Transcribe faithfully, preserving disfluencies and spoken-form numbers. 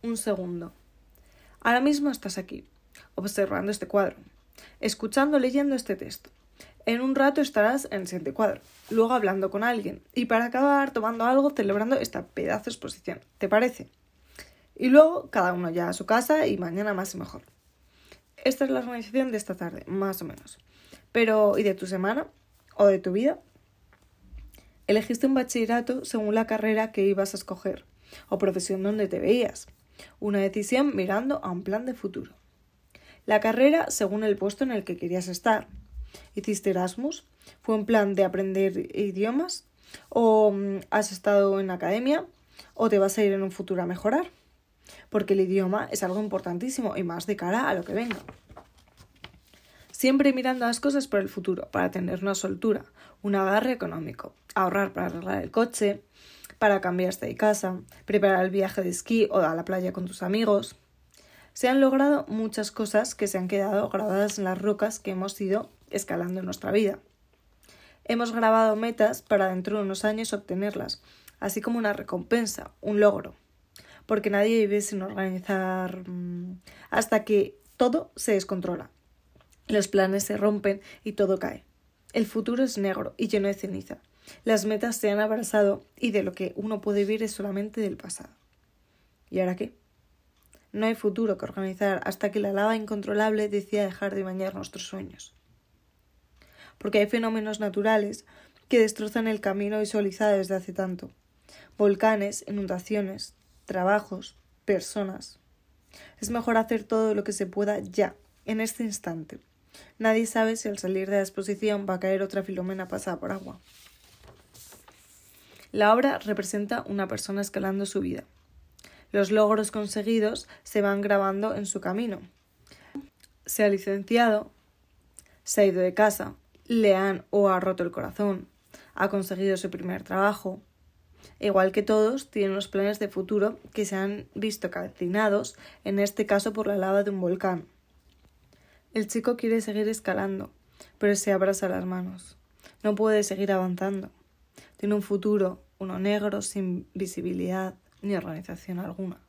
un segundo. Ahora mismo estás aquí, observando este cuadro, escuchando, leyendo este texto. En un rato estarás en el siguiente cuadro, luego hablando con alguien y para acabar tomando algo, celebrando esta pedazo de exposición. ¿Te parece? Y luego cada uno ya a su casa y mañana más y mejor. Esta es la organización de esta tarde, más o menos. Pero, ¿y de tu semana? ¿O de tu vida? Elegiste un bachillerato según la carrera que ibas a escoger o profesión donde te veías. Una decisión mirando a un plan de futuro. La carrera según el puesto en el que querías estar. ¿Hiciste Erasmus? ¿Fue un plan de aprender idiomas? ¿O has estado en academia? ¿O te vas a ir en un futuro a mejorar? Porque el idioma es algo importantísimo y más de cara a lo que venga. Siempre mirando las cosas por el futuro, para tener una soltura, un agarre económico, ahorrar para arreglar el coche, para cambiarse de casa, preparar el viaje de esquí o a la playa con tus amigos. Se han logrado muchas cosas que se han quedado grabadas en las rocas que hemos ido escalando en nuestra vida. Hemos grabado metas para dentro de unos años obtenerlas, así como una recompensa, un logro. Porque nadie vive sin organizar mmm, hasta que todo se descontrola. Los planes se rompen y todo cae. El futuro es negro y lleno de ceniza. Las metas se han abrazado y de lo que uno puede vivir es solamente del pasado. ¿Y ahora qué? No hay futuro que organizar hasta que la lava incontrolable decida dejar de bañar nuestros sueños. Porque hay fenómenos naturales que destrozan el camino visualizado desde hace tanto. Volcanes, inundaciones, trabajos, personas. Es mejor hacer todo lo que se pueda ya, en este instante. Nadie sabe si al salir de la exposición va a caer otra Filomena pasada por agua. La obra representa una persona escalando su vida. Los logros conseguidos se van grabando en su camino. Se ha licenciado, se ha ido de casa, le han o ha roto el corazón, ha conseguido su primer trabajo. Igual que todos, tienen unos planes de futuro que se han visto calcinados, en este caso por la lava de un volcán. El chico quiere seguir escalando, pero se abraza las manos. No puede seguir avanzando. Tiene un futuro, uno negro, sin visibilidad ni organización alguna.